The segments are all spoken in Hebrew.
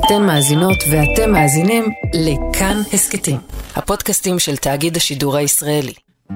אתן מאזינות ואתם מאזינים לכאן הסקטים, הפודקאסטים של תאגיד השידור הישראלי.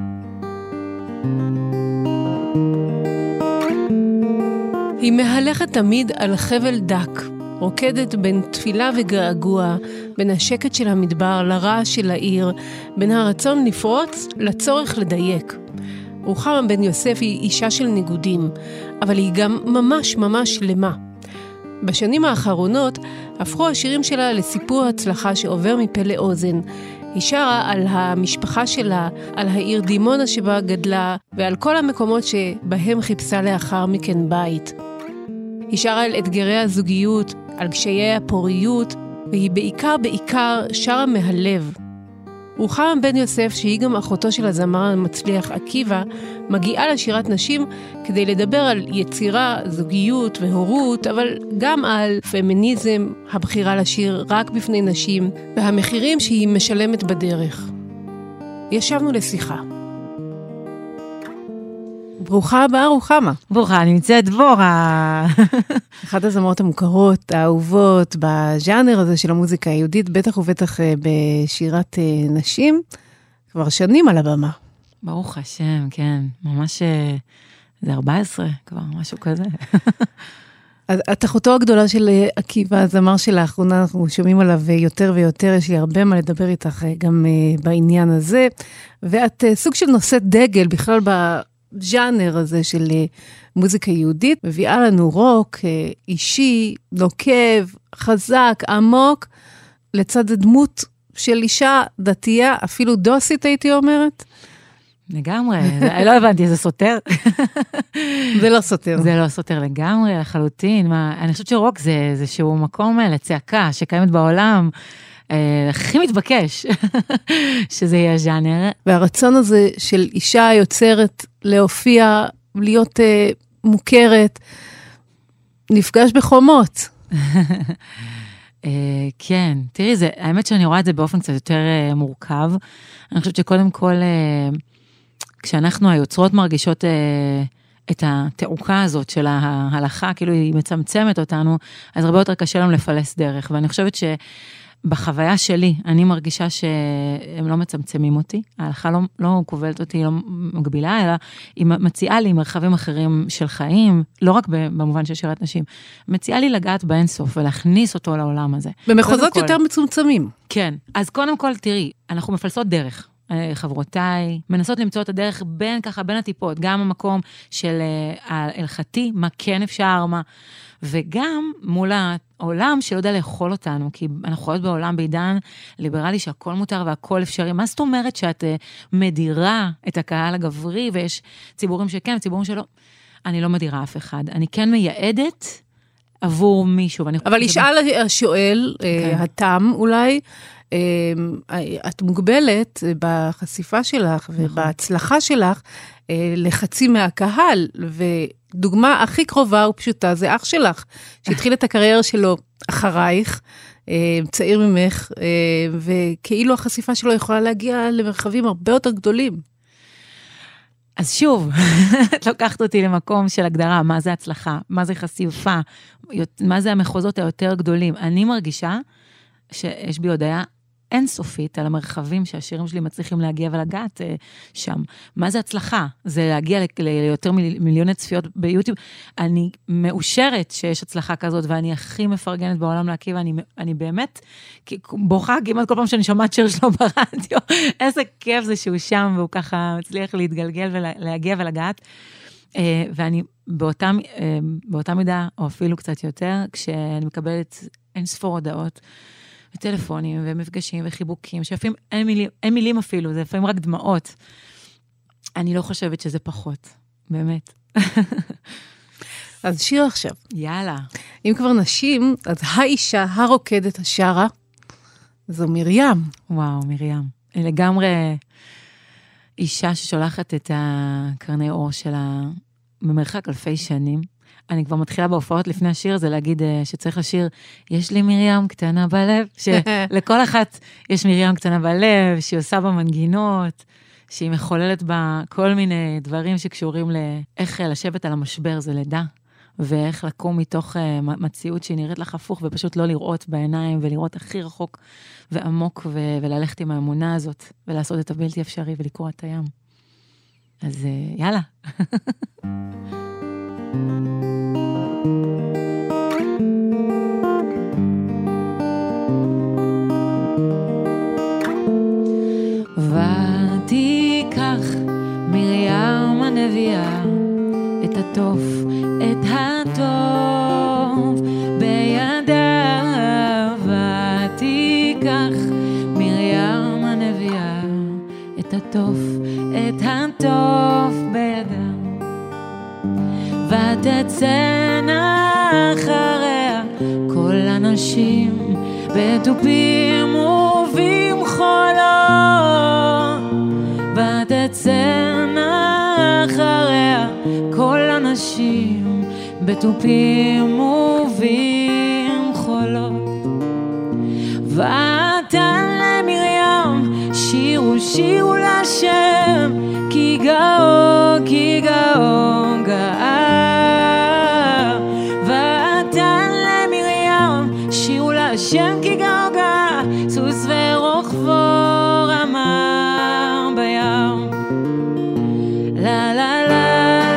היא מהלכת תמיד על חבל דק, רוקדת בין תפילה וגעגוע, בין השקט של המדבר לרעש של העיר, בין הרצון לפרוץ לצורך לדייק. רוחמה בן יוסף היא אישה של ניגודים, אבל היא גם ממש שלמה. בשנים האחרונות הפכו השירים שלה לסיפור הצלחה שעובר מפה לאוזן. היא שרה על המשפחה שלה, על העיר דימונה שבה גדלה, ועל כל המקומות שבהם חיפשה לאחר מכן בית. היא שרה על אתגרי הזוגיות, על קשיי הפוריות, והיא בעיקר שרה מהלב. רוחמה בן יוסף, שהיא גם אחותו של הזמר המצליח עקיבא, מגיעה לשירת נשים כדי לדבר על יצירה, זוגיות והורות, אבל גם על פמיניזם, הבחירה לשיר רק בפני נשים, והמחירים שהיא משלמת בדרך. ישבנו לשיחה. ברוכה הבאה, רוחמה. ברוכה, נמצאת דבורה. אחת הזמרות המוכרות, האהובות, בז'אנר הזה של המוזיקה היהודית, בטח ובטח בשירת נשים, כבר שנים על הבמה. ברוך השם, כן. ממש, זה 14 כבר, משהו כזה. את אחותו הגדולה של עקיבא, הזמר שלאחרונה אנחנו שומעים עליו יותר ויותר, יש לי הרבה מה לדבר איתך גם בעניין הזה, ואת סוג של נושאת דגל בכלל ז'אנר הזה של מוזיקה יהודית, מביאה לנו רוק אישי, נוקב, חזק, עמוק, לצד דמות של אישה דתייה, אפילו דוסית הייתי אומרת. לגמרי, לא הבנתי, זה סותר? זה לא סותר. זה לא סותר לגמרי, לחלוטין. אני חושבת שרוק זה איזשהו מקום לצעקה שקיימת בעולם, הכי מתבקש שזה יהיה ז'אנר. והרצון הזה של אישה יוצרת להופיע, להיות מוכרת, נפגש בחומות. כן, תראי, האמת שאני רואה את זה באופן קצת יותר מורכב. אני חושבת שקודם כל, כשאנחנו היוצרות מרגישות את התעוקה הזאת של ההלכה, כאילו היא מצמצמת אותנו, אז הרבה יותר קשה לנו לפלס דרך. ואני חושבת בחוויה שלי, אני מרגישה שהם לא מצמצמים אותי, ההלכה לא כובלת אותי, לא מגבילה, אלא היא מציעה לי מרחבים אחרים של חיים, לא רק במובן של שירת נשים, מציעה לי לגעת באינסוף ולהכניס אותו לעולם הזה. במחוזות יותר מצומצמים. כן, אז קודם כל תראי, אנחנו מפלסות דרך. חברותיי, מנסות למצוא את הדרך בין הטיפות, גם המקום של ההלכתי, מה כן אפשר, וגם מול העולם שלא יודע לאכול אותנו, כי אנחנו חיות בעולם בעידן ליברלי שהכל מותר והכל אפשרי. מה זאת אומרת שאת מדירה את הקהל הגברי, ויש ציבורים שכן, ציבורים שלא? אני לא מדירה אף אחד. אני כן מייעדת עבור מישהו. אבל ישאל השואל, התם אולי, את מוגבלת בחשיפה שלך ובהצלחה שלך לחצי מהקהל, ודוגמה הכי קרובה ופשוטה זה אח שלך, שהתחיל את הקריירה שלו אחרייך, צעיר ממך, וכאילו החשיפה שלו יכולה להגיע למרחבים הרבה יותר גדולים. אז שוב, את לוקחת אותי למקום של הגדרה, מה זה הצלחה, מה זה חשיפה, מה זה המחוזות היותר גדולים. אני מרגישה שיש בי הודעה אינסופית על המרחבים שהשירים שלי מצליחים להגיע ולגעת שם. מה זה הצלחה? זה להגיע ליותר מיליוני צפיות ביוטיוב. אני מאושרת שיש הצלחה כזאת, ואני הכי מפרגנת בעולם לעקיבא, אני באמת בוכה כמעט כל פעם שאני שומעת שיר שלו ברדיו, איזה כיף זה שהוא שם, והוא ככה מצליח להתגלגל ולהגיע ולגעת. ואני באותה מידה, או אפילו קצת יותר, כשאני מקבלת אינספור הודעות, וטלפונים ומפגשים וחיבוקים, שלפעמים אין מילים אפילו, זה לפעמים רק דמעות. אני לא חושבת שזה פחות, באמת. אז שיר עכשיו. יאללה. אם כבר נשים, אז האישה הרוקדת השרה, זו מרים. וואו, מרים. היא לגמרי אישה ששולחת את הקרני אור שלה במרחק אלפי שנים. אני כבר מתחילה בהופעות לפני השיר, זה להגיד שצריך לשיר, יש לי מרים קטנה בלב, שלכל אחת יש מרים קטנה בלב, שהיא עושה במנגינות, שהיא מחוללת בה כל מיני דברים שקשורים לאיך לשבת על המשבר, זה לידה. ואיך לקום מתוך מציאות שהיא נראית לך הפוך, ופשוט לא לראות בעיניים, ולראות הכי רחוק ועמוק, וללכת עם האמונה הזאת, ולעשות את הבלתי אפשרי, ולקרוא את הים. אז יאללה. ותיקח מרים הנביאה את הטוב, את הטוב בידה. ותיקח מרים הנביאה את הטוב, את הטוב בידה. ותצאנה אחריה כל הנשים בתופים ובמחולות. ותצאנה אחריה כל הנשים בתופים ובמחולות. ותן למרים שירו שירו לשם, כי גאו גאה. ותן למרים שירו לשם, כי גאו גאה. סוס ורוכבו רמה בים. לה לה לה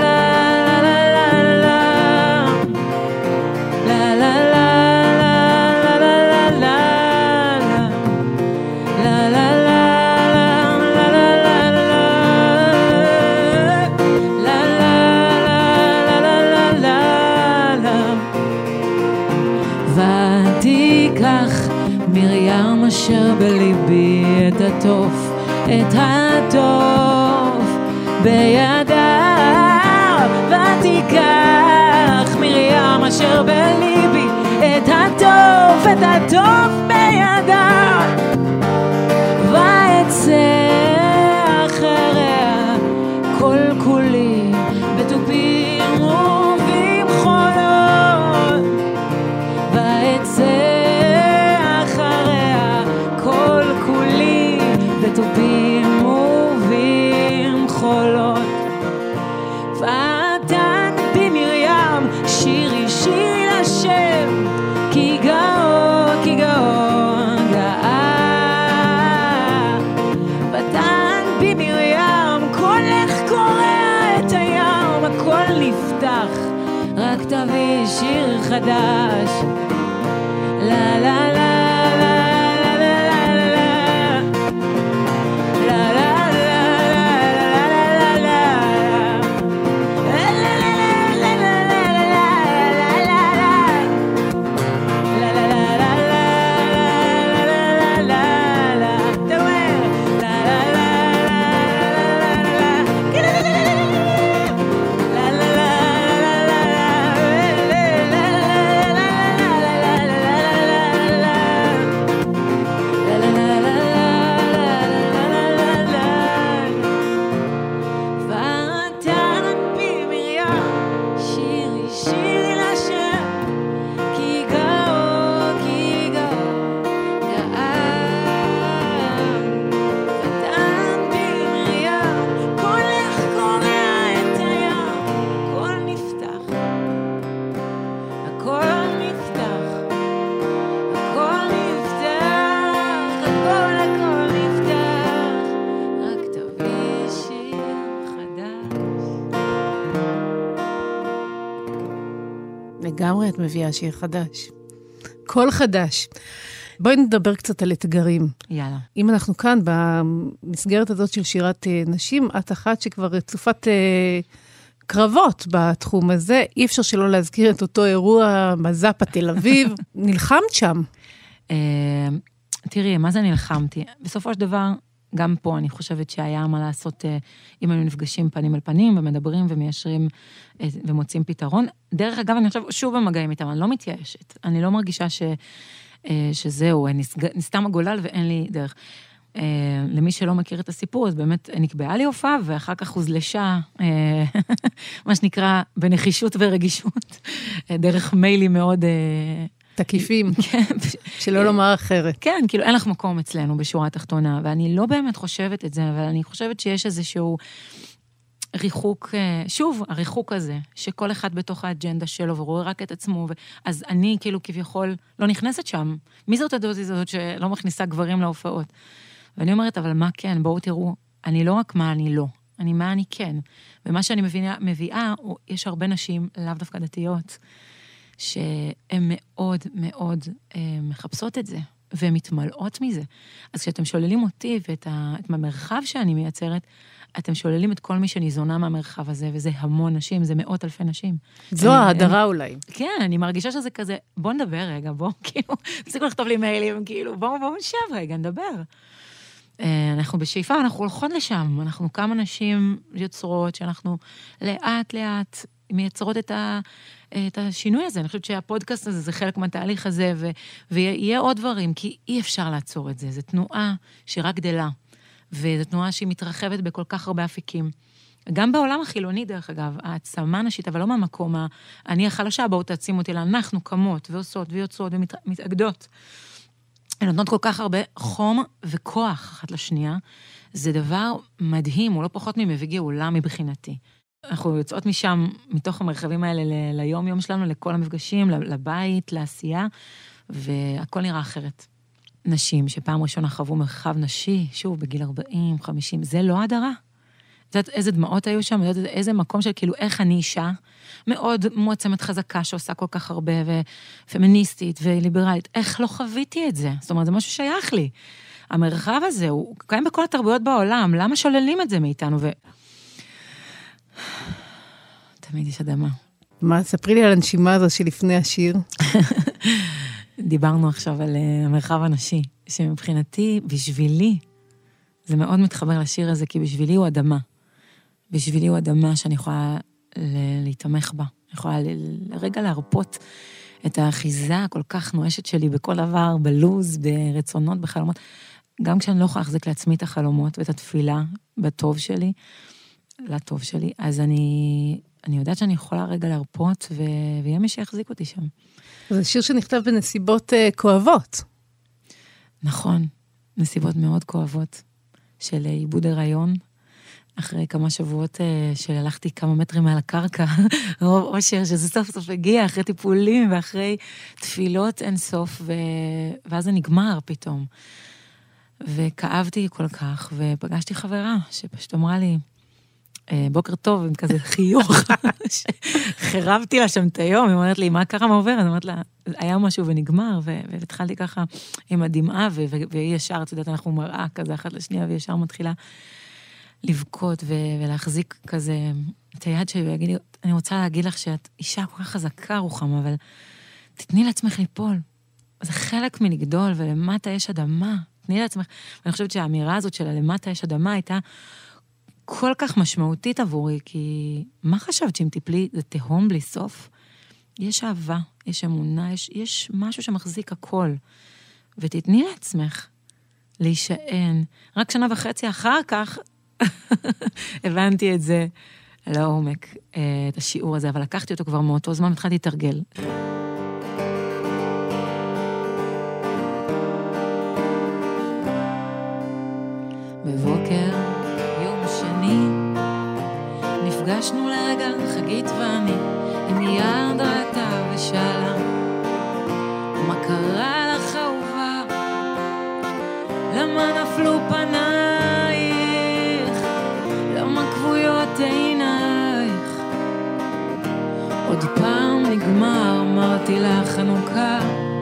מרים אשר בליבי את הטוב, את הטוב בידה. ותיקח מרים אשר בליבי את הטוב, את הטוב בידה. ואצא אחריה כל כולי בתופים ובמחולות. ואצא בתופים ובמחולות. ותן במרים שירי שירי לשם, כי גאו גאה. ותן במרים קולך קורע את הים, הכל נפתח, רק תביא שיר חדש. לה לה לה לגמרי את מביאה שיר חדש. קול חדש. בואי נדבר קצת על אתגרים. יאללה. אם אנחנו כאן במסגרת הזאת של שירת נשים, את אחת שכבר רצופת קרבות בתחום הזה, אי אפשר שלא להזכיר את אותו אירוע מזאפה תל אביב. נלחמת שם. תראי, מה זה נלחמתי? בסופו של דבר, גם פה אני חושבת שהיה מה לעשות, אם הם נפגשים פנים אל פנים, ומדברים ומיישרים ומוצאים פתרון. דרך אגב, אני חושב, שוב במגעים איתם, אני לא מתייאשת. אני לא מרגישה שזהו, נסתם הגולל ואין לי דרך. למי שלא מכיר את הסיפור, אז באמת נקבעה לי הופעה, ואחר כך הוזלשה, מה שנקרא, בנחישות ורגישות, דרך מיילים מאוד תקיפים, שלא לומר אחרת. כן, כאילו אין לך מקום אצלנו בשורה התחתונה, ואני לא באמת חושבת את זה, אבל אני חושבת שיש איזשהו ריחוק, שוב, הריחוק הזה, שכל אחד בתוך האג'נדה שלו, ורואה רק את עצמו, אז אני כאילו כביכול לא נכנסת שם. מי זאת הדוזיס הזאת שלא מכניסה גברים להופעות? ואני אומרת, אבל מה כן? בואו תראו, אני לא רק מה אני לא, אני מה אני כן. ומה שאני מביאה, יש הרבה נשים, לאו דווקא דתיות, שהן מאוד מאוד מחפשות את זה, והן מתמלאות מזה. אז כשאתם שוללים אותי ואת המרחב שאני מייצרת, אתם שוללים את כל מי שניזונה מהמרחב הזה, וזה המון נשים, זה מאות אלפי נשים. זו ההדרה אולי. כן, אני מרגישה שזה כזה, בוא נדבר רגע, בוא, כאילו, תפסיקו לכתוב לי מיילים, כאילו, בוא נשב רגע, נדבר. אנחנו בשאיפה, אנחנו הולכות לשם, אנחנו כמה נשים יוצרות, שאנחנו לאט לאט מייצרות את השינוי הזה. אני חושבת שהפודקאסט הזה זה חלק מהתהליך הזה, ויהיה עוד דברים, כי אי אפשר לעצור את זה. זו תנועה שרק גדלה, וזו תנועה שהיא מתרחבת בכל כך הרבה אפיקים. גם בעולם החילוני, דרך אגב, העצמה נשית, אבל לא מהמקום, אני החלשה, בואו תעצים אותי, אלא אנחנו קמות ועושות ויוצרות ומתאגדות. הן נותנות כל כך הרבה חום וכוח אחת לשנייה. זה דבר מדהים, הוא לא פחות ממביא גאולה מבחינתי. אנחנו יוצאות משם, מתוך המרחבים האלה ליום-יום שלנו, לכל המפגשים, לבית, לעשייה, והכל נראה אחרת. נשים שפעם ראשונה חוו מרחב נשי, שוב, בגיל 40, 50, זה לא הדרה. את יודעת איזה דמעות היו שם, איזה מקום של כאילו איך אני אישה, מאוד מועצמת חזקה שעושה כל כך הרבה, ופמיניסטית וליברלית, איך לא חוויתי את זה? זאת אומרת, זה משהו שייך לי. המרחב הזה, הוא קיים בכל התרבויות בעולם, למה שוללים את זה מאיתנו? תמיד יש אדמה. מה, ספרי לי על הנשימה הזו שלפני השיר. דיברנו עכשיו על המרחב הנשי, שמבחינתי, בשבילי, זה מאוד מתחבר לשיר הזה, כי בשבילי הוא אדמה. בשבילי הוא אדמה שאני יכולה להתמך בה. אני יכולה לרגע להרפות את האחיזה הכל כך נואשת שלי בכל דבר, בלוז, ברצונות, בחלומות. גם כשאני לא יכולה להחזיק לעצמי את החלומות ואת התפילה בטוב שלי, לטוב שלי, אז אני יודעת שאני יכולה רגע להרפות, ויהיה מי שיחזיק אותי שם. זה שיר שנכתב בנסיבות כואבות. נכון, נסיבות מאוד כואבות. של איבוד הריון, אחרי כמה שבועות שהלכתי כמה מטרים מעל הקרקע, רוב אושר, שזה סוף סוף הגיע, אחרי טיפולים ואחרי תפילות אין סוף, ואז זה נגמר פתאום. וכאבתי כל כך, ופגשתי חברה שפשוט אמרה לי, בוקר טוב, עם כזה חיוך, שחרבתי לה שם את היום, היא אומרת לי, מה קרה, מה עובר? אני אומרת לה, היה משהו ונגמר, והתחלתי ככה עם הדמעה, והיא ישר, את יודעת, אנחנו מראה כזה אחת לשנייה, והיא ישר מתחילה לבכות ולהחזיק כזה את היד שלי, ויגיד לי, אני רוצה להגיד לך שאת אישה כל כך חזקה רוחמה, אבל תתני לעצמך ליפול. זה חלק מלגדול, ולמטה יש אדמה, תתני לעצמך. ואני חושבת שהאמירה הזאת של למטה יש אדמה הייתה כל כך משמעותית עבורי, כי מה חשבת שאם תיפלי זה תהום בלי סוף? יש אהבה, יש אמונה, יש משהו שמחזיק הכל. ותתני לעצמך להישען. רק 1.5 שנה אחר כך הבנתי את זה לעומק, את השיעור הזה, אבל לקחתי אותו כבר מאותו זמן, התחלתי להתרגל. בבוקר נפגשנו לרגע, חגית ואני, עם יד ראתה ושאלה, מה קרה לך אהובה? למה נפלו פנייך? למה כבויות עינייך? עוד פעם נגמר, אמרתי לה חנוכה,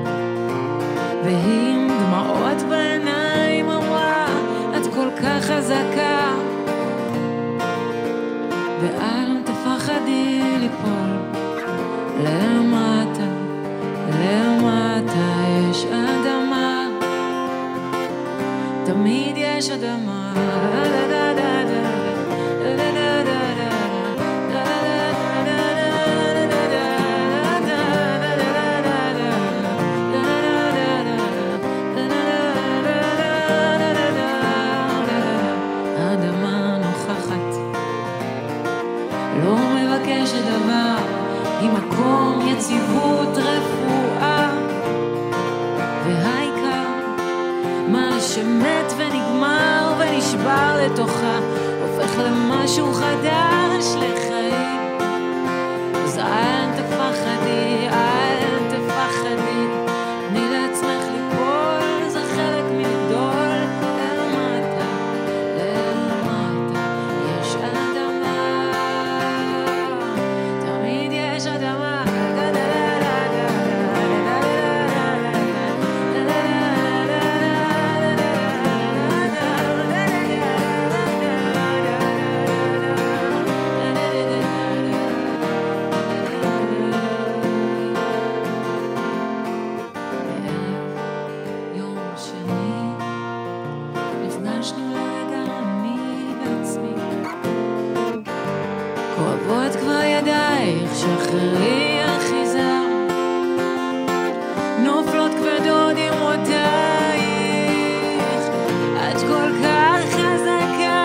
והיא עם דמעות בעיניים אמרה, את כל כך חזקה, ואל תפחדי ליפול למטה, למטה יש אדמה, תמיד יש אדמה. עם מקום יציבות רפואה והעיקר מה שמת ונגמר ונשבר לתוכה הופך הדרך למשהו חדש לחיים. אז אל תפחדי, אל תפחדי, תני לעצמך ליפול, זה חלק מלגדול. למטה, למטה, יש אדמה, תמיד יש אדמה. כואבות כבר ידייך, שחררי אחיזה, נופלות כבדות אמרותייך, את כל כך חזקה.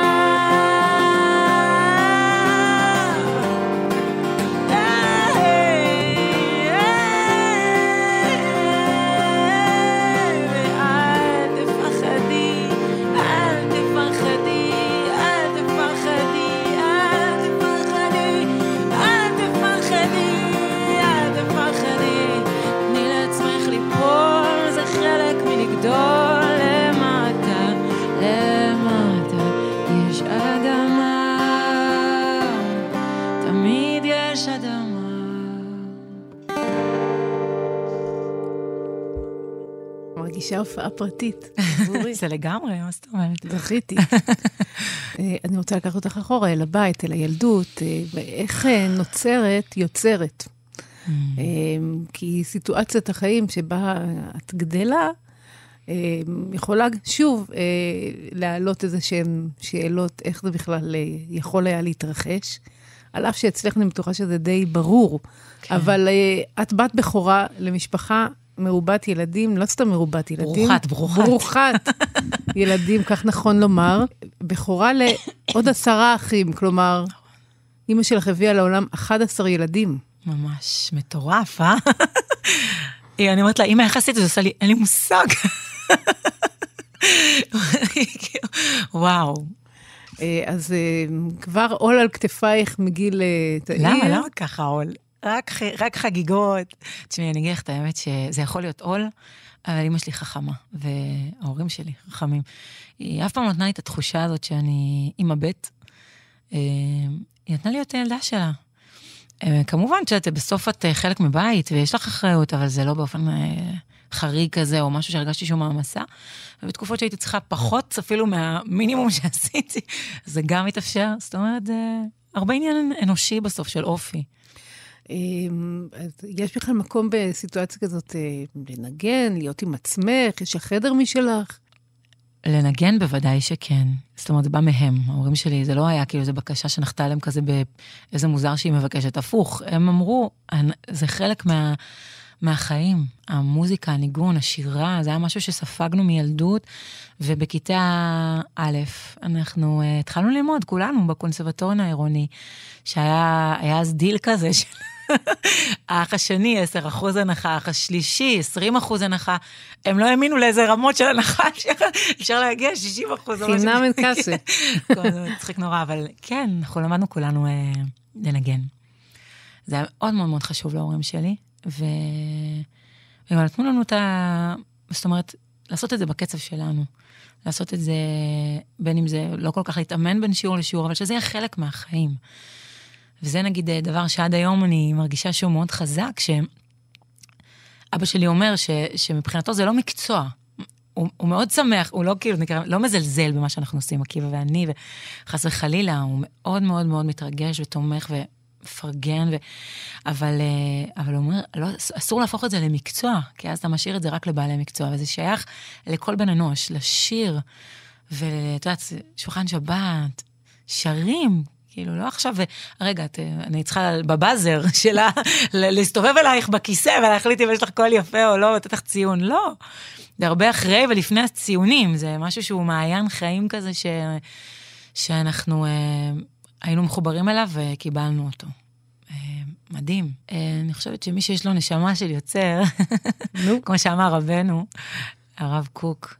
ואל תפחדי, אל תפחדי, אל תפחדי, תני לעצמך ליפול, זה חלק מלגדול. למטה, למטה, יש אדמה, תמיד יש אדמה. מרגישה הופעה פרטית. זה לגמרי, מה זאת אומרת? זכיתי. אני רוצה לקחת אותך אחורה אל הבית, אל הילדות, ואיך נוצרת, יוצרת. כי סיטואציית החיים שבה את גדלה, יכולה שוב להעלות איזה שהן שאלות, איך זה בכלל יכול היה להתרחש, על אף שאצלך אני בטוחה שזה די ברור, כן. אבל את בת בכורה למשפחה מרובת ילדים, לא סתם מרובת ילדים. ברוכת ילדים, כך נכון לומר. בכורה לעוד 10 אחים, כלומר, אמא שלך הביאה לעולם 11 ילדים. ממש מטורף, אה? אני אומרת לה, אמא יחסית, זה עושה לי, אין לי מושג. וואו. אז כבר עול על כתפייך מגיל תאיר. למה ככה עול? רק חגיגות. תשמעי, אני אגיד לך את האמת שזה יכול להיות עול, אבל אמא שלי חכמה, וההורים שלי חכמים. היא אף פעם נתנה לי את התחושה הזאת שאני אמא בית. היא נתנה לי את הילדה שלה. כמובן שאתה בסוף את חלק מבית, ויש לך אחריות, אבל זה לא באופן חריג כזה, או משהו שהרגשתי שהוא מעמסה. ובתקופות שהייתי צריכה פחות, אפילו מהמינימום שעשיתי, זה גם מתאפשר. זאת אומרת, זה הרבה עניין אנושי בסוף של אופי. יש בכלל מקום בסיטואציה כזאת לנגן, להיות עם עצמך, יש החדר משלך? לנגן בוודאי שכן. זאת אומרת, זה בא מהם. ההורים שלי, זה לא היה כאילו, זה בקשה שנחתה להם כזה באיזה מוזר שהיא מבקשת. הפוך, הם אמרו, זה חלק מהחיים. המוזיקה, הניגון, השירה, זה היה משהו שספגנו מילדות, ובכיתה א', אנחנו התחלנו ללמוד, כולנו, בקונסרבטוריון העירוני, שהיה אז דיל כזה של האח השני, 10% הנחה, האח השלישי, 20% הנחה, הם לא האמינו לאיזה רמות של הנחה, אפשר להגיע 60%. חינם אין כסף. זה צחיק נורא, אבל כן, אנחנו למדנו כולנו לנגן. זה היה מאוד מאוד מאוד חשוב להורים שלי, והם נתנו לנו זאת אומרת, לעשות את זה בקצב שלנו, לעשות את זה, בין אם זה לא כל כך להתאמן בין שיעור לשיעור, אבל שזה יהיה חלק מהחיים. וזה נגיד דבר שעד היום אני מרגישה שהוא מאוד חזק, שאבא שלי אומר שמבחינתו זה לא מקצוע, הוא מאוד שמח, הוא לא כאילו, לא מזלזל במה שאנחנו עושים, עקיבא ואני, וחס וחלילה, הוא מאוד מאוד מאוד מתרגש ותומך מפרגן, אבל הוא אומר, לא, אסור להפוך את זה למקצוע, כי אז אתה משאיר את זה רק לבעלי מקצוע, וזה שייך לכל בן אנוש, לשיר, ואת יודעת, שולחן שבת, שרים, כאילו, לא עכשיו, רגע, אני צריכה בבאזר שלה, להסתובב אלייך בכיסא, ולהחליט אם יש לך קול יפה או לא, ולתת לך ציון, לא. זה הרבה אחרי ולפני הציונים, זה משהו שהוא מעיין חיים כזה, שאנחנו היינו מחוברים אליו וקיבלנו אותו. מדהים. אני חושבת שמי שיש לו נשמה של יוצר, כמו שאמר רבנו, הרב קוק,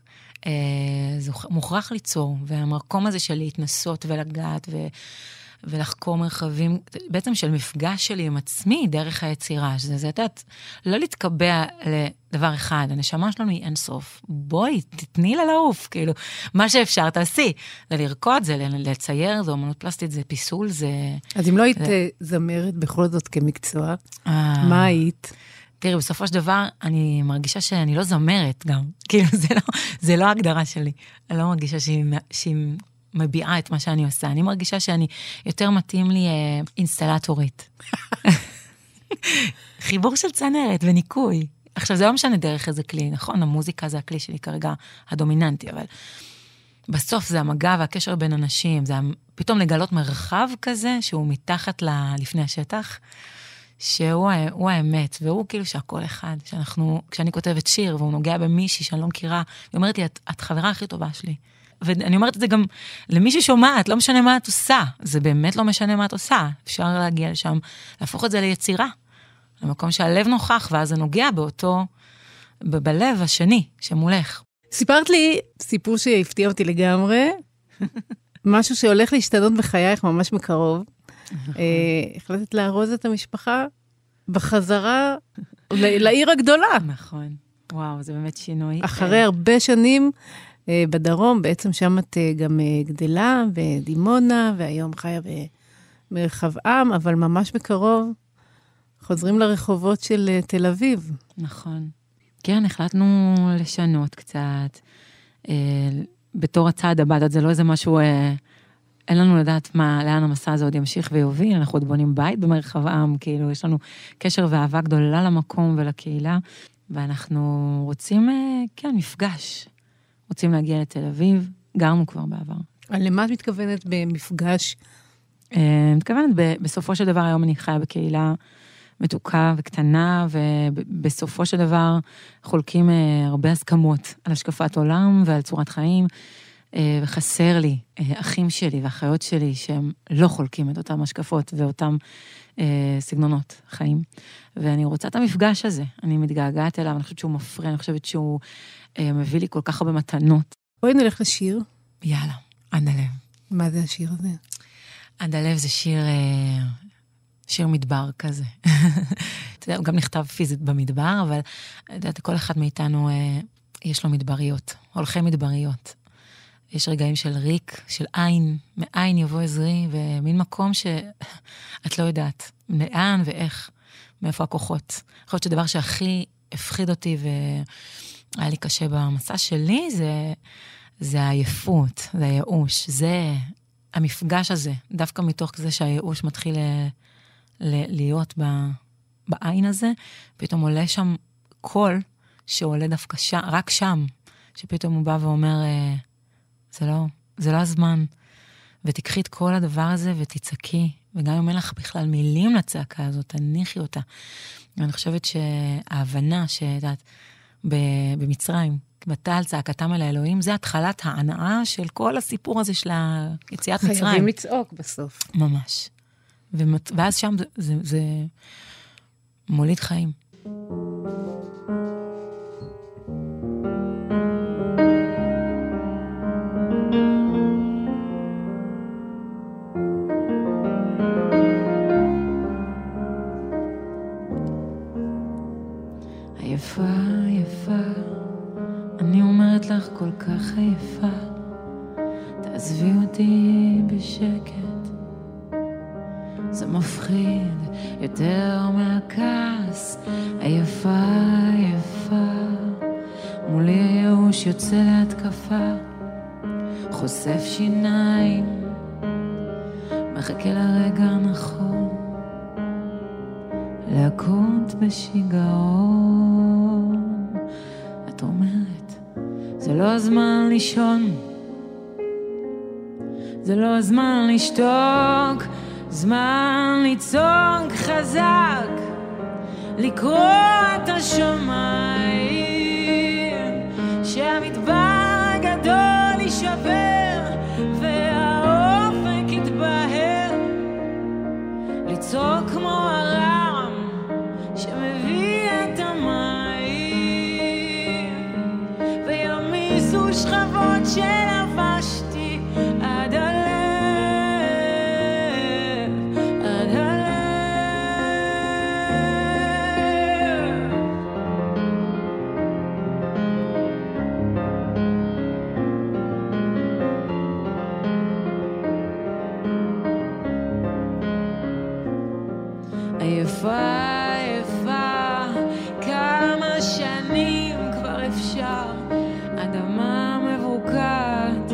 זה מוכרח ליצור, והמקום הזה של להתנסות ולגעת ולחקור מרחבים, בעצם של מפגש שלי עם עצמי דרך היצירה, שזה יודעת, לא להתקבע לדבר אחד, הנשמה שלנו היא אינסוף, בואי, תתני לה לעוף, כאילו, מה שאפשר תעשי, זה לרקוד, זה לצייר, זה אומנות פלסטית, זה פיסול, זה... אז אם לא היית זמרת בכל זאת כמקצוע, מה היית? תראי, בסופו של דבר, אני מרגישה שאני לא זמרת גם, כאילו, זה לא ההגדרה שלי, אני לא מרגישה שהיא מביעה את מה שאני עושה. אני מרגישה שאני יותר מתאים לי אינסטלטורית. חיבור של צנרת וניקוי. עכשיו, זה לא משנה דרך איזה כלי, נכון? המוזיקה זה הכלי שלי כרגע הדומיננטי, אבל בסוף זה המגע והקשר בין אנשים, זה פתאום לגלות מרחב כזה, שהוא מתחת לפני השטח, שהוא האמת, והוא כאילו שהכל אחד, כשאני כותבת שיר, והוא נוגע במישהי שאני לא מכירה, היא אומרת לי, את חברה הכי טובה שלי. ואני אומרת את זה גם למי ששומעת, לא משנה מה את עושה, זה באמת לא משנה מה את עושה, אפשר להגיע לשם, להפוך את זה ליצירה, למקום שהלב נוכח, ואז זה נוגע בלב השני שמולך. סיפרת לי סיפור שהפתיע אותי לגמרי, משהו שהולך להשתנות בחייך ממש מקרוב, החלטת לארוז את המשפחה בחזרה לעיר הגדולה. נכון, וואו, זה באמת שינוי. אחרי הרבה שנים, בדרום, בעצם שם את גם גדלה, בדימונה, והיום חיה במרחב-עם, אבל ממש בקרוב חוזרים לרחובות של תל אביב. נכון. כן, החלטנו לשנות קצת, בתור הצעד הבא, זה לא איזה משהו, אין לנו לדעת לאן המסע הזה עוד ימשיך ויוביל, אנחנו עוד בונים בית במרחב-עם, כאילו יש לנו קשר ואהבה גדולה למקום ולקהילה, ואנחנו רוצים, כן, מפגש. רוצים להגיע לתל אביב, גרנו כבר בעבר. למה את מתכוונת במפגש? מתכוונת בסופו של דבר, היום אני חיה בקהילה מתוקה וקטנה, ובסופו של דבר חולקים הרבה הסכמות על השקפת עולם ועל צורת חיים, וחסר לי אחים שלי ואחיות שלי שהם לא חולקים את אותם השקפות ואותם סגנונות חיים. ואני רוצה את המפגש הזה, אני מתגעגעת אליו, אני חושבת שהוא מפריע, אני חושבת שהוא מביא לי כל כך הרבה מתנות. בואי נלך לשיר. יאללה, עד הלב. מה זה השיר הזה? עד הלב זה שיר מדבר כזה. אתה יודע, הוא גם נכתב פיזית במדבר, אבל יודעת, כל אחד מאיתנו יש לו מדבריות, הולכי מדבריות. יש רגעים של ריק, של עין, מעין יבוא עזרי, ומין מקום שאת לא יודעת, לאן ואיך, מאיפה הכוחות. אני חושבת שדבר שהכי הפחיד אותי והיה לי קשה במסע שלי, זה העייפות, זה הייאוש, זה המפגש הזה, דווקא מתוך זה שהייאוש מתחיל להיות בעין הזה, פתאום עולה שם קול שעולה דווקא רק שם, שפתאום הוא בא ואומר, זה לא הזמן, ותקחי את כל הדבר הזה ותצעקי, וגם אם אין לך בכלל מילים לצעקה הזאת, תניחי אותה. ואני חושבת שההבנה שדעת, במצרים, בתל צעקתם על האלוהים, זה התחלת ההנאה של כל הסיפור הזה של יציאת מצרים. חייבים לצעוק בסוף. ממש. ואז שם זה מוליד חיים. יפה, יפה, אני אומרת לך כל כך יפה, תעזבי אותי בשקט, זה מפחיד יותר מהכעס, היפה, יפה, מולי הייאוש יוצא להתקפה, חושף שיניים, מחכה לרגע נכון, להכות בשיגעון. את אומרת, זה לא הזמן לישון, זה לא הזמן לשתוק, זמן לצעוק חזק, לקרוא את השמיים, שהמדבר הגדול יישבר והאופק יתבהר, לצעוק כמו הרם שמביא את המים וימיסו שכבות שלבשתי עד הלב, עד הלב. עייפה, עייפה, כמה שנים כבר אפשר, אדמה מבוקעת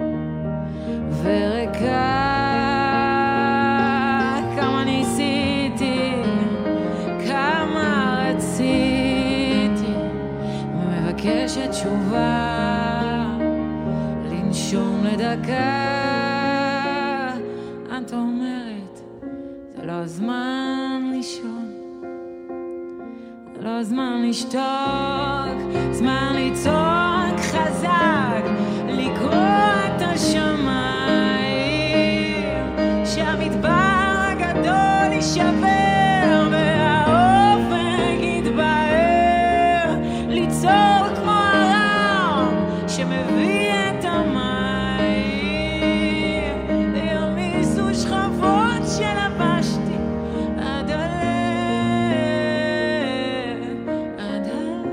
וריקה, כמה ניסיתי, כמה רציתי, ומבקשת תשובה, לנשום לדקה. את אומרת, זה לא הזמן לישון, זה לא הזמן לשתוק, זמן לצעוק חזק, לקרוא את השמיים, שהמדבר הגדול יישבר והאופק יתבהר, ליצור כמו הרם שמביא את המים, וירמיסו שכבות שלבשתי עד הלב, עד הלב.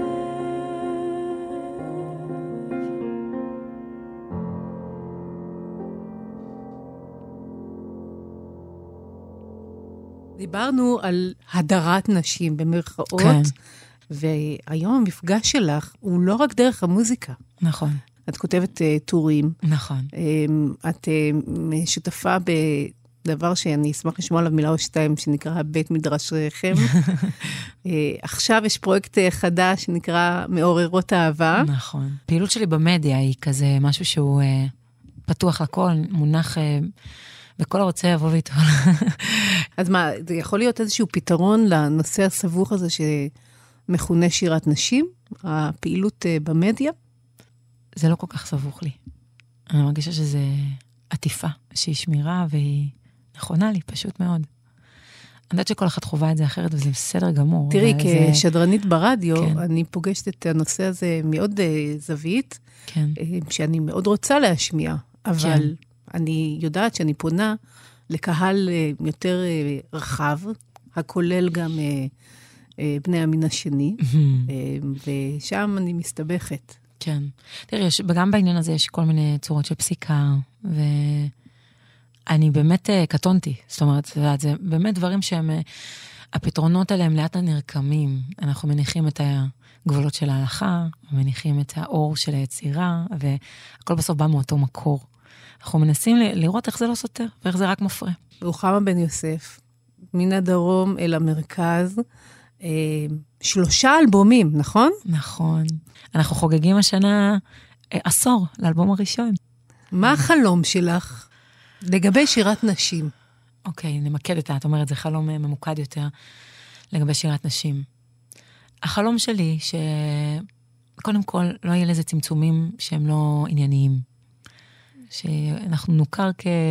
דיברנו על הדרת נשים במרכאות, כן. והיום המפגש שלך הוא לא רק דרך המוזיקה. נכון, את כותבת טורים, נכון. את שותפה בדבר שאני אשמח לשמוע עליו מילה או שתיים, שנקרא בית מדרש רחם. עכשיו יש פרויקט חדש שנקרא מעוררות אהבה. נכון. פעילות שלי במדיה היא כזה משהו שהוא פתוח לכל, מונח וכל הרוצה יבוא ויטול. אז מה, זה יכול להיות איזשהו פתרון לנושא הסבוך הזה שמכונה שירת נשים? הפעילות במדיה? זה לא כל כך סבוך לי. אני מרגישה שזה עטיפה, שהיא שמירה והיא נכונה לי, פשוט מאוד. אני יודעת שכל אחת חובה את זה אחרת, וזה בסדר גמור. תראי, כשדרנית ברדיו, כן. אני פוגשת את הנושא הזה מאוד זווית, כן. שאני מאוד רוצה להשמיע, אבל כן. אני יודעת שאני פונה לקהל יותר רחב, הכולל גם בני המין השני, ושם אני מסתבכת. כן. תראי, וגם בעניין הזה יש כל מיני צורות של פסיקה, ואני באמת קטונתי. זאת אומרת, זה באמת דברים שהם, הפתרונות עליהם לאט הנרקמים. אנחנו מניחים את הגבולות של ההלכה, מניחים את האור של היצירה, והכל בסוף בא מאותו מקור. אנחנו מנסים לראות איך זה לא סותר, ואיך זה רק מפרה. רוחמה בן יוסף, מן הדרום אל המרכז, 3 אלבומים, נכון? נכון. אנחנו חוגגים השנה עשור לאלבום הראשון. מה החלום שלך לגבי שירת נשים? אוקיי, נמקד את אומרת, זה חלום ממוקד יותר לגבי שירת נשים. החלום שלי שקודם כל לא יהיה לזה צמצומים שהם לא ענייניים. שאנחנו נוכר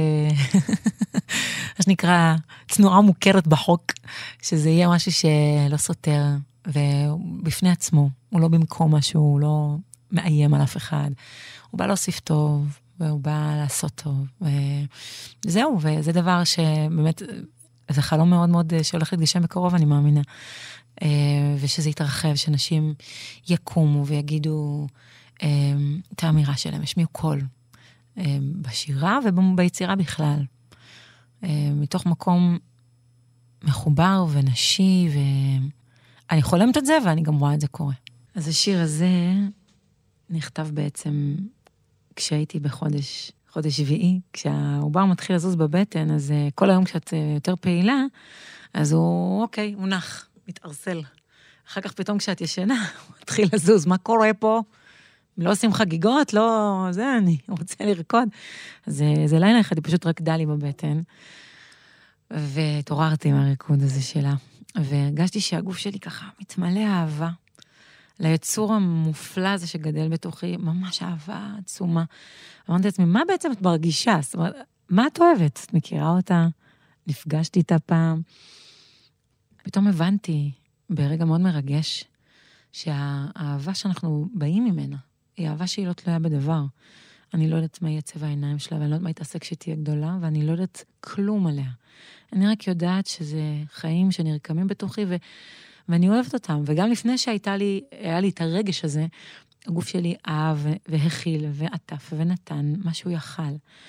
מה שנקרא צנועה מוכרת בחוק, שזה יהיה משהו שלא סותר, ובפני עצמו, הוא לא במקום משהו, הוא לא מאיים על אף אחד. הוא בא להוסיף טוב, והוא בא לעשות טוב, וזהו, וזה דבר שבאמת, זה חלום מאוד מאוד שהולך להתגשם בקרוב, אני מאמינה. ושזה יתרחב, שאנשים יקומו ויגידו את האמירה שלהם, ישמיעו קול. בשירה וביצירה בכלל. מתוך מקום מחובר ונשי, ואני חולמת את זה, ואני גם רואה את זה קורה. אז השיר הזה נכתב בעצם כשהייתי חודש שביעי, כשהעובר מתחיל לזוז בבטן, אז כל היום כשאת יותר פעילה, אז הוא, אוקיי, הוא נח, מתארסל. אחר כך פתאום כשאת ישנה, הוא מתחיל לזוז, מה קורה פה? לא עושים חגיגות, לא, זה אני רוצה לרקוד. אז זה לילה אחד, היא פשוט רקדה לי בבטן, והתעוררתי מהריקוד הזה שלה, והרגשתי שהגוף שלי ככה מתמלא אהבה, ליצור המופלא הזה שגדל בתוכי, ממש אהבה עצומה. אמרתי לעצמי, מה בעצם את מרגישה? זאת אומרת, מה את אוהבת? את מכירה אותה? נפגשתי איתה פעם. פתאום הבנתי, ברגע מאוד מרגש, שהאהבה שאנחנו באים ממנה, היא אהבה שהיא לא תלויה בדבר. אני לא יודעת מה יהיה צבע העיניים שלה, ואני לא יודעת מה יתעסק שתהיה גדולה, ואני לא יודעת כלום עליה. אני רק יודעת שזה חיים שנרקמים בתוכי, ואני אוהבת אותם. וגם לפני היה לי את הרגש הזה, הגוף שלי אהב והכיל ועטף ונתן מה שהוא יכל.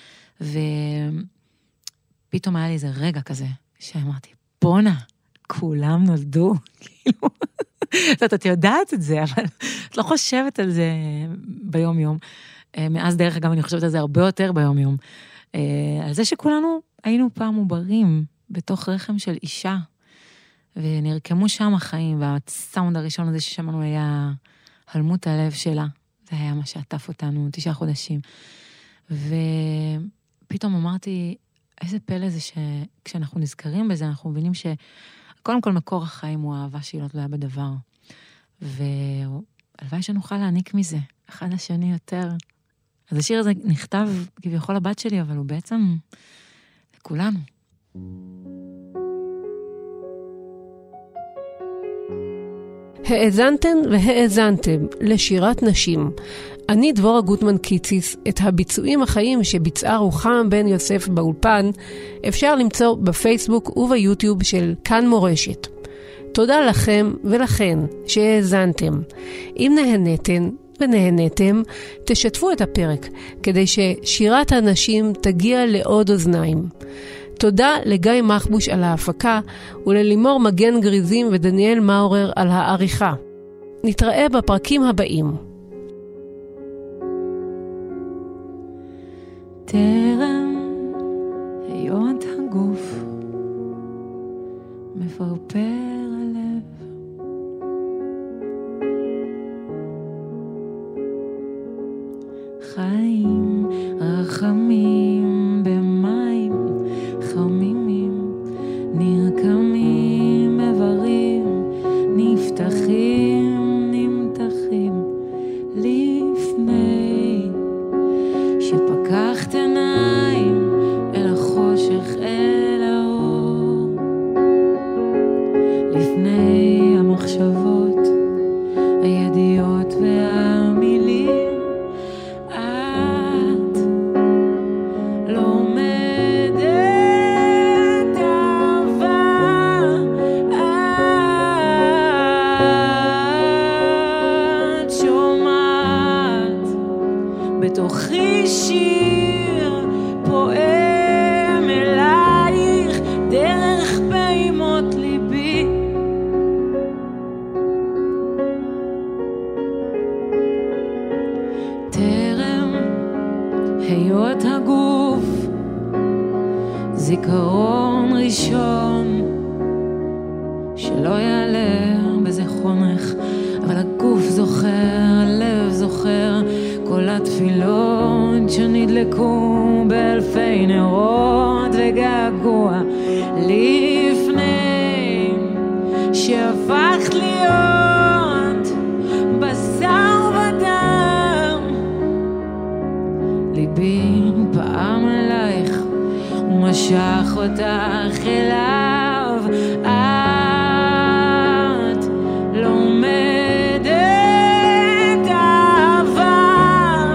ופתאום היה לי איזה רגע כזה, שאמרתי, בונה, כולם נולדו, כאילו, את יודעת את זה, אבל את לא חושבת על זה ביום יום. מאז דרך אגב אני חושבת על זה הרבה יותר ביום יום. על זה שכולנו היינו פעם עוברים בתוך רחם של אישה, ונרקמו שם החיים, והסאונד הראשון הזה ששמענו היה הלמות הלב שלה. זה היה מה שעטף אותנו 9 חודשים. ופתאום אמרתי, איזה פלא זה שכשאנחנו נזכרים בזה, אנחנו מבינים שקודם כל מקור החיים הוא האהבה שהיא לא תלויה בדבר. והלוואי שנוכל להעניק מזה, אחד לשני יותר. אז השיר הזה נכתב כביכול הבת שלי, אבל הוא בעצם לכולנו. האזנתן והאזנתם לשירת נשים. אני דבורה גוטמן קיציס. את הביצועים החיים שביצעה רוחם בן יוסף באולפן אפשר למצוא בפייסבוק וביוטיוב של כאן מורשת. תודה לכם ולכן שהאזנתם. אם נהנתן ונהנתם, תשתפו את הפרק כדי ששירת הנשים תגיע לעוד אוזניים. תודה לגיא מחבוש על ההפקה וללימור מגן גריזים ודניאל מאורר על העריכה. נתראה בפרקים הבאים. טרם היות הגוף מפרפר הלב, חיים רחמים במים חמימים, נרקמים איברים, נפתחים נמתחים, לפני שפקחת עיניים אל החושך אל האור, לפני המחשבות הידיעות והמילים, בתוכי שיר פועם אלייך דרך פעימות ליבי, טרם היות הגוף זיכרון ראשון שלא יעלה בזיכרונך, אבל הגוף זוכר, הלב זוכר כל התפילות שנדלקו באלפי נרות וגעגוע, לפני שהפכת להיות בשר ודם, ליבי פעם אלייך ומשך אותך אליו, את לומדת אהבה,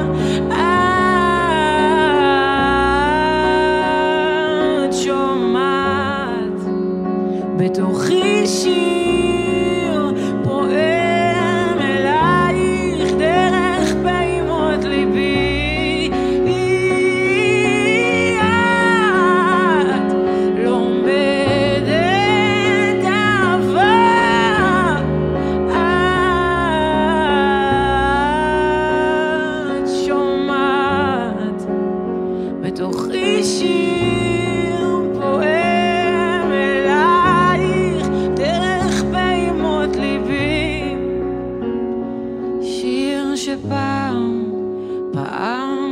את שומעת בתוכי שיר פועם אלייך דרך פעימות ליבי, את לומדת אהבה, את שומעת בתוכי שיר פועם אלייך דרך פעימות ליבי, שיר שפעם